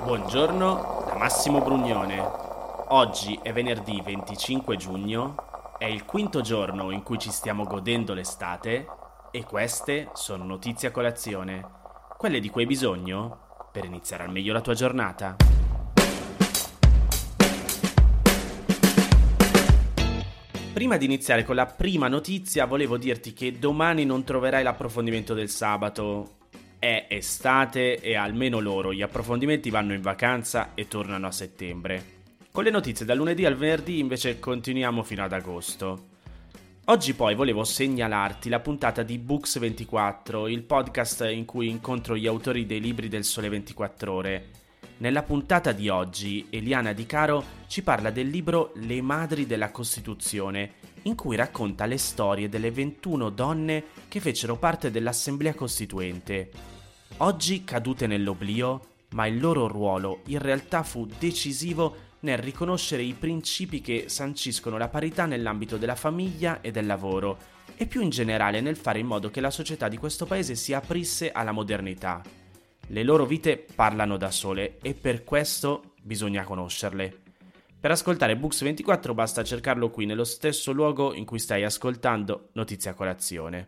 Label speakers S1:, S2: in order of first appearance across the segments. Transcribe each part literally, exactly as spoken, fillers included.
S1: Buongiorno da Massimo Brugnone. Oggi è venerdì venticinque giugno, è il quinto giorno in cui ci stiamo godendo l'estate e queste sono notizie a colazione, quelle di cui hai bisogno per iniziare al meglio la tua giornata. Prima di iniziare con la prima notizia volevo dirti che domani non troverai l'approfondimento del sabato. È estate e almeno loro gli approfondimenti vanno in vacanza e tornano a settembre. Con le notizie dal lunedì al venerdì invece continuiamo fino ad agosto. Oggi poi volevo segnalarti la puntata di Books ventiquattro, il podcast in cui incontro gli autori dei libri del Sole ventiquattro Ore. Nella puntata di oggi Eliana Di Caro ci parla del libro Le Madri della Costituzione, in cui racconta le storie delle ventuno donne che fecero parte dell'Assemblea Costituente. Oggi cadute nell'oblio, ma il loro ruolo in realtà fu decisivo nel riconoscere i principi che sanciscono la parità nell'ambito della famiglia e del lavoro, e più in generale nel fare in modo che la società di questo paese si aprisse alla modernità. Le loro vite parlano da sole e per questo bisogna conoscerle. Per ascoltare Books ventiquattro basta cercarlo qui nello stesso luogo in cui stai ascoltando Notizie a colazione.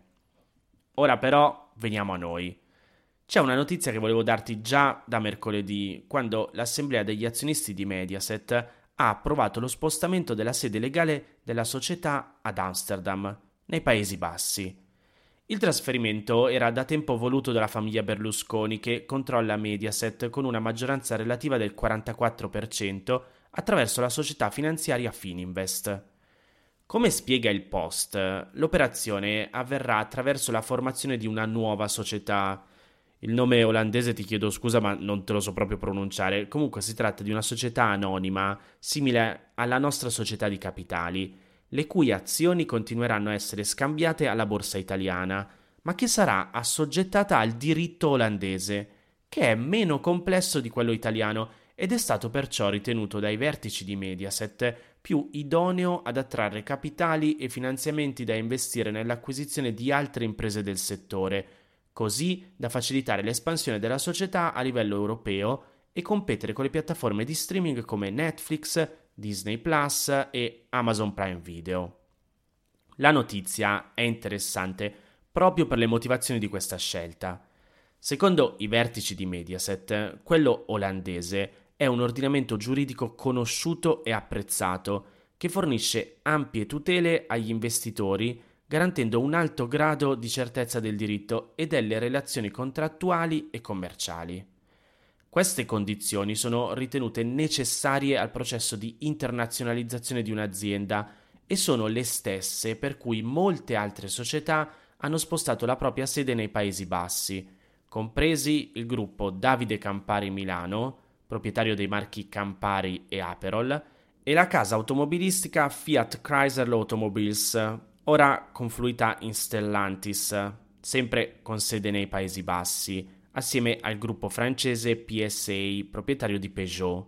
S1: Ora però veniamo a noi. C'è una notizia che volevo darti già da mercoledì, quando l'Assemblea degli azionisti di Mediaset ha approvato lo spostamento della sede legale della società ad Amsterdam, nei Paesi Bassi. Il trasferimento era da tempo voluto dalla famiglia Berlusconi, che controlla Mediaset con una maggioranza relativa del quarantaquattro per cento attraverso la società finanziaria Fininvest. Come spiega il Post, l'operazione avverrà attraverso la formazione di una nuova società. Il nome olandese ti chiedo scusa, ma non te lo so proprio pronunciare. Comunque si tratta di una società anonima, simile alla nostra società di capitali, le cui azioni continueranno a essere scambiate alla borsa italiana, ma che sarà assoggettata al diritto olandese, che è meno complesso di quello italiano ed è stato perciò ritenuto dai vertici di Mediaset più idoneo ad attrarre capitali e finanziamenti da investire nell'acquisizione di altre imprese del settore, così da facilitare l'espansione della società a livello europeo e competere con le piattaforme di streaming come Netflix, Disney Plus e Amazon Prime Video. La notizia è interessante proprio per le motivazioni di questa scelta. Secondo i vertici di Mediaset, quello olandese è un ordinamento giuridico conosciuto e apprezzato che fornisce ampie tutele agli investitori, garantendo un alto grado di certezza del diritto e delle relazioni contrattuali e commerciali. Queste condizioni sono ritenute necessarie al processo di internazionalizzazione di un'azienda e sono le stesse per cui molte altre società hanno spostato la propria sede nei Paesi Bassi, compresi il gruppo Davide Campari Milano, proprietario dei marchi Campari e Aperol, e la casa automobilistica Fiat Chrysler Automobiles, ora confluita in Stellantis, sempre con sede nei Paesi Bassi, assieme al gruppo francese P S A, proprietario di Peugeot.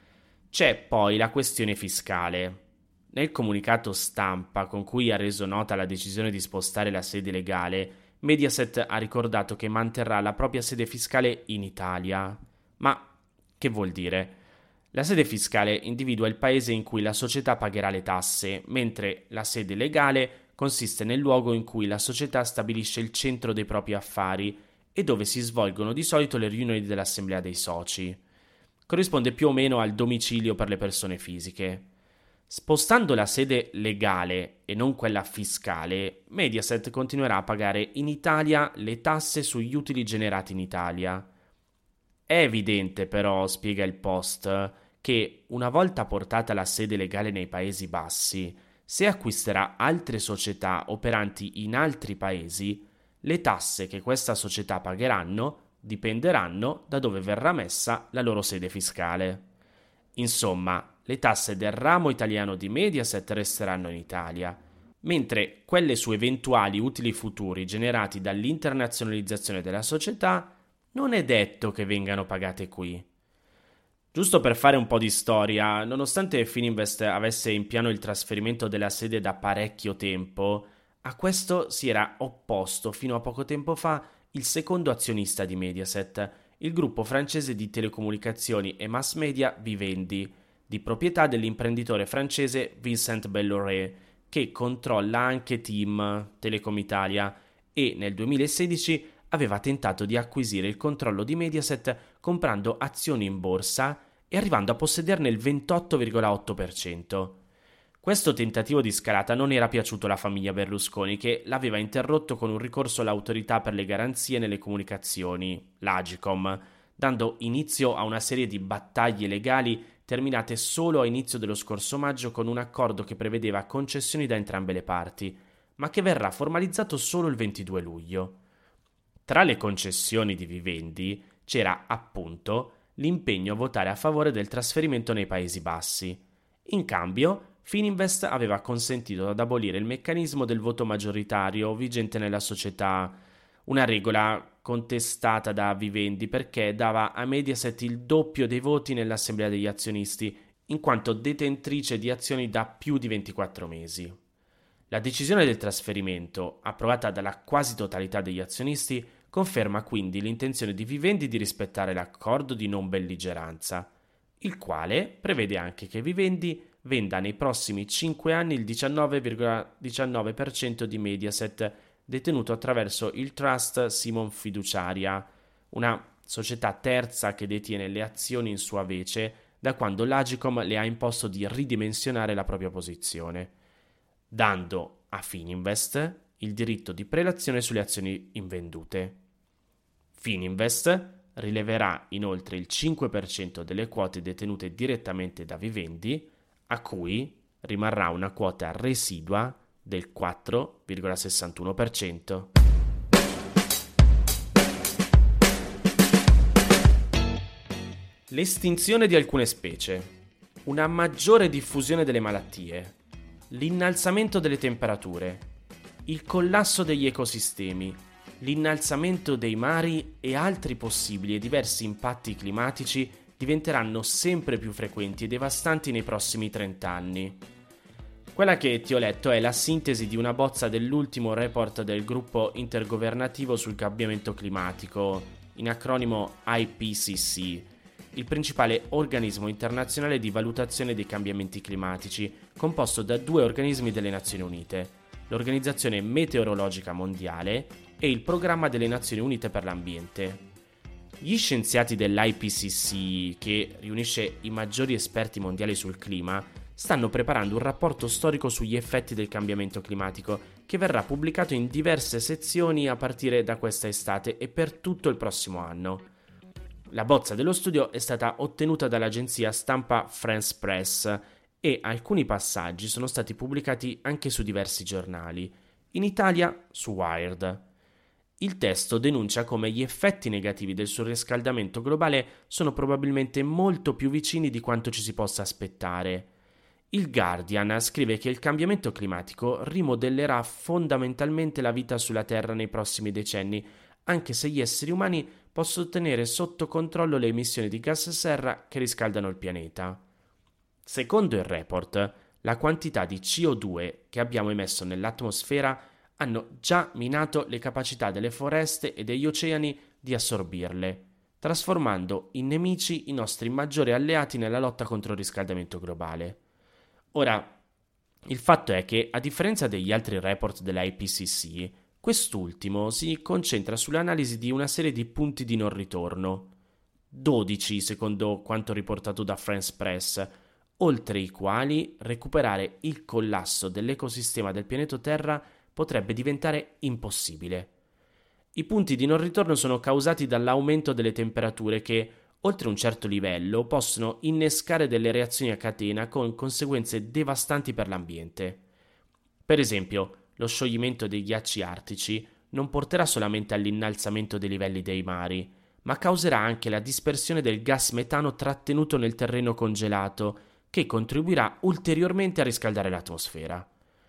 S1: C'è poi la questione fiscale. Nel comunicato stampa con cui ha reso nota la decisione di spostare la sede legale, Mediaset ha ricordato che manterrà la propria sede fiscale in Italia. Ma che vuol dire? La sede fiscale individua il paese in cui la società pagherà le tasse, mentre la sede legale consiste nel luogo in cui la società stabilisce il centro dei propri affari e dove si svolgono di solito le riunioni dell'assemblea dei soci. Corrisponde più o meno al domicilio per le persone fisiche. Spostando la sede legale e non quella fiscale, Mediaset continuerà a pagare in Italia le tasse sugli utili generati in Italia. È evidente però, spiega il Post, che una volta portata la sede legale nei Paesi Bassi, se acquisterà altre società operanti in altri paesi, le tasse che questa società pagheranno dipenderanno da dove verrà messa la loro sede fiscale. Insomma, le tasse del ramo italiano di Mediaset resteranno in Italia, mentre quelle su eventuali utili futuri generati dall'internazionalizzazione della società non è detto che vengano pagate qui. Giusto per fare un po' di storia, nonostante Fininvest avesse in piano il trasferimento della sede da parecchio tempo, a questo si era opposto fino a poco tempo fa il secondo azionista di Mediaset, il gruppo francese di telecomunicazioni e mass media Vivendi, di proprietà dell'imprenditore francese Vincent Bolloré, che controlla anche TIM, Telecom Italia, e nel duemilasedici aveva tentato di acquisire il controllo di Mediaset comprando azioni in borsa e arrivando a possederne il ventotto virgola otto per cento. Questo tentativo di scalata non era piaciuto alla famiglia Berlusconi, che l'aveva interrotto con un ricorso all'Autorità per le garanzie nelle comunicazioni, l'Agcom, dando inizio a una serie di battaglie legali terminate solo a inizio dello scorso maggio con un accordo che prevedeva concessioni da entrambe le parti, ma che verrà formalizzato solo il ventidue luglio. Tra le concessioni di Vivendi c'era appunto l'impegno a votare a favore del trasferimento nei Paesi Bassi. In cambio, Fininvest aveva consentito ad abolire il meccanismo del voto maggioritario vigente nella società, una regola contestata da Vivendi perché dava a Mediaset il doppio dei voti nell'assemblea degli azionisti, in quanto detentrice di azioni da più di ventiquattro mesi. La decisione del trasferimento, approvata dalla quasi totalità degli azionisti, conferma quindi l'intenzione di Vivendi di rispettare l'accordo di non belligeranza, il quale prevede anche che Vivendi venda nei prossimi cinque anni il diciannove virgola diciannove per cento di Mediaset, detenuto attraverso il Trust Simon Fiduciaria, una società terza che detiene le azioni in sua vece da quando l'Agcom le ha imposto di ridimensionare la propria posizione, dando a Fininvest il diritto di prelazione sulle azioni invendute. Fininvest rileverà inoltre il cinque per cento delle quote detenute direttamente da Vivendi, a cui rimarrà una quota residua del quattro virgola sessantuno per cento. L'estinzione di alcune specie, una maggiore diffusione delle malattie, l'innalzamento delle temperature, il collasso degli ecosistemi, l'innalzamento dei mari e altri possibili e diversi impatti climatici diventeranno sempre più frequenti e devastanti nei prossimi trenta anni. Quella che ti ho letto è la sintesi di una bozza dell'ultimo report del gruppo intergovernativo sul cambiamento climatico, in acronimo I P C C, il principale organismo internazionale di valutazione dei cambiamenti climatici, composto da due organismi delle Nazioni Unite, l'Organizzazione Meteorologica Mondiale e il Programma delle Nazioni Unite per l'Ambiente. Gli scienziati dell'I P C C, che riunisce i maggiori esperti mondiali sul clima, stanno preparando un rapporto storico sugli effetti del cambiamento climatico che verrà pubblicato in diverse sezioni a partire da questa estate e per tutto il prossimo anno. La bozza dello studio è stata ottenuta dall'agenzia stampa France Press e alcuni passaggi sono stati pubblicati anche su diversi giornali, in Italia su Wired. Il testo denuncia come gli effetti negativi del surriscaldamento globale sono probabilmente molto più vicini di quanto ci si possa aspettare. Il Guardian scrive che il cambiamento climatico rimodellerà fondamentalmente la vita sulla Terra nei prossimi decenni, anche se gli esseri umani possono tenere sotto controllo le emissioni di gas serra che riscaldano il pianeta. Secondo il report, la quantità di C O due che abbiamo emesso nell'atmosfera hanno già minato le capacità delle foreste e degli oceani di assorbirle, trasformando in nemici i nostri maggiori alleati nella lotta contro il riscaldamento globale. Ora, il fatto è che, a differenza degli altri report dell'I P C C, quest'ultimo si concentra sull'analisi di una serie di punti di non ritorno, dodici secondo quanto riportato da France Press, oltre i quali recuperare il collasso dell'ecosistema del pianeta Terra potrebbe diventare impossibile. I punti di non ritorno sono causati dall'aumento delle temperature che, oltre un certo livello, possono innescare delle reazioni a catena con conseguenze devastanti per l'ambiente. Per esempio, lo scioglimento dei ghiacci artici non porterà solamente all'innalzamento dei livelli dei mari, ma causerà anche la dispersione del gas metano trattenuto nel terreno congelato, che contribuirà ulteriormente a riscaldare l'atmosfera.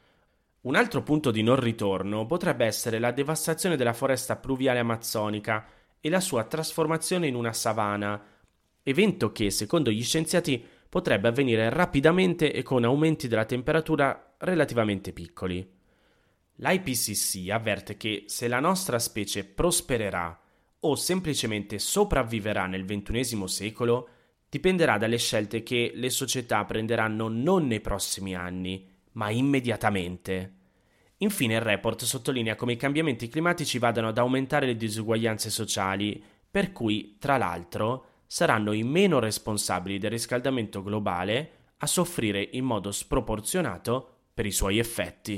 S1: Un altro punto di non ritorno potrebbe essere la devastazione della foresta pluviale amazzonica e la sua trasformazione in una savana, evento che, secondo gli scienziati, potrebbe avvenire rapidamente e con aumenti della temperatura relativamente piccoli. L'I P C C avverte che se la nostra specie prospererà o semplicemente sopravviverà nel ventunesimo secolo dipenderà dalle scelte che le società prenderanno non nei prossimi anni, ma immediatamente. Infine il report sottolinea come i cambiamenti climatici vadano ad aumentare le disuguaglianze sociali, per cui, tra l'altro, saranno i meno responsabili del riscaldamento globale a soffrire in modo sproporzionato per i suoi effetti.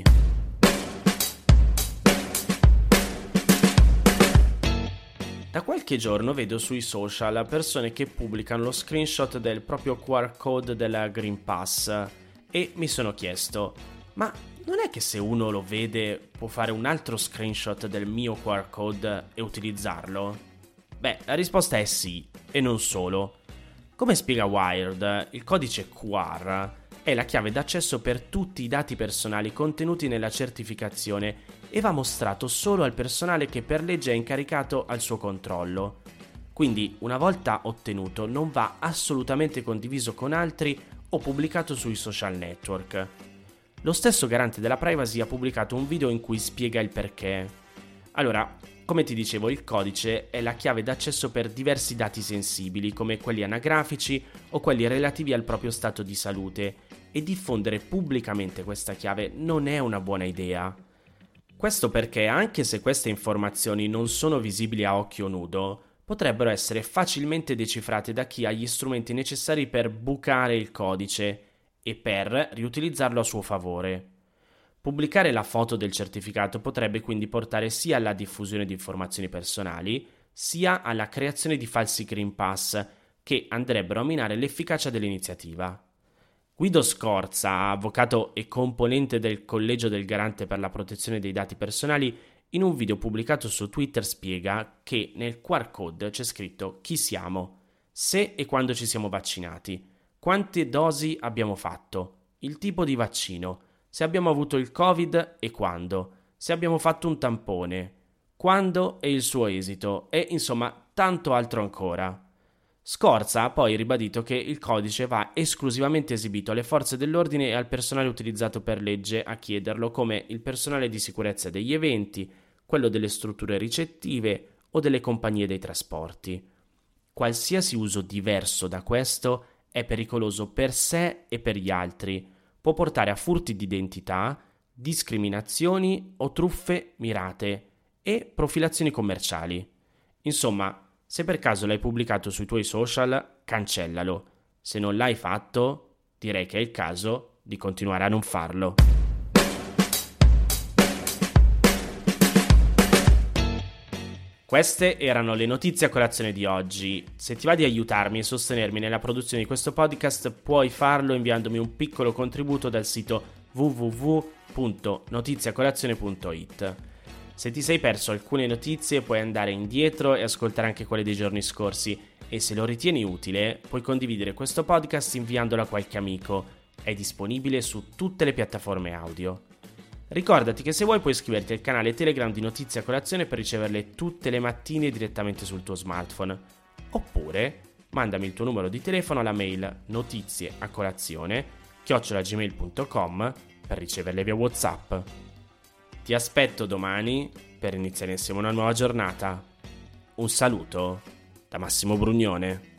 S1: Da qualche giorno vedo sui social persone che pubblicano lo screenshot del proprio Q R code della Green Pass e mi sono chiesto, ma non è che se uno lo vede può fare un altro screenshot del mio Q R code e utilizzarlo? Beh, la risposta è sì, e non solo. Come spiega Wired, il codice Q R è la chiave d'accesso per tutti i dati personali contenuti nella certificazione e va mostrato solo al personale che per legge è incaricato al suo controllo. Quindi, una volta ottenuto, non va assolutamente condiviso con altri o pubblicato sui social network. Lo stesso garante della privacy ha pubblicato un video in cui spiega il perché. Allora, come ti dicevo, il codice è la chiave d'accesso per diversi dati sensibili, come quelli anagrafici o quelli relativi al proprio stato di salute, e diffondere pubblicamente questa chiave non è una buona idea. Questo perché, anche se queste informazioni non sono visibili a occhio nudo, potrebbero essere facilmente decifrate da chi ha gli strumenti necessari per bucare il codice e per riutilizzarlo a suo favore. Pubblicare la foto del certificato potrebbe quindi portare sia alla diffusione di informazioni personali, sia alla creazione di falsi Green Pass che andrebbero a minare l'efficacia dell'iniziativa. Guido Scorza, avvocato e componente del Collegio del Garante per la protezione dei dati personali, in un video pubblicato su Twitter spiega che nel Q R code c'è scritto chi siamo, se e quando ci siamo vaccinati, quante dosi abbiamo fatto, il tipo di vaccino, se abbiamo avuto il Covid e quando, se abbiamo fatto un tampone, quando e il suo esito e insomma tanto altro ancora. Scorza ha poi ribadito che il codice va esclusivamente esibito alle forze dell'ordine e al personale utilizzato per legge a chiederlo, come il personale di sicurezza degli eventi, quello delle strutture ricettive o delle compagnie dei trasporti. Qualsiasi uso diverso da questo è pericoloso per sé e per gli altri, può portare a furti di identità, discriminazioni o truffe mirate e profilazioni commerciali. Insomma, se per caso l'hai pubblicato sui tuoi social, cancellalo. Se non l'hai fatto, direi che è il caso di continuare a non farlo. Queste erano le notizie a colazione di oggi. Se ti va di aiutarmi e sostenermi nella produzione di questo podcast, puoi farlo inviandomi un piccolo contributo dal sito w w w punto notiziacolazione punto i t. Se ti sei perso alcune notizie puoi andare indietro e ascoltare anche quelle dei giorni scorsi e se lo ritieni utile puoi condividere questo podcast inviandolo a qualche amico. È disponibile su tutte le piattaforme audio. Ricordati che se vuoi puoi iscriverti al canale Telegram di Notizie a Colazione per riceverle tutte le mattine direttamente sul tuo smartphone. Oppure mandami il tuo numero di telefono alla mail notizieacolazione chiocciola gmail punto com per riceverle via WhatsApp. Ti aspetto domani per iniziare insieme una nuova giornata. Un saluto da Massimo Brugnone.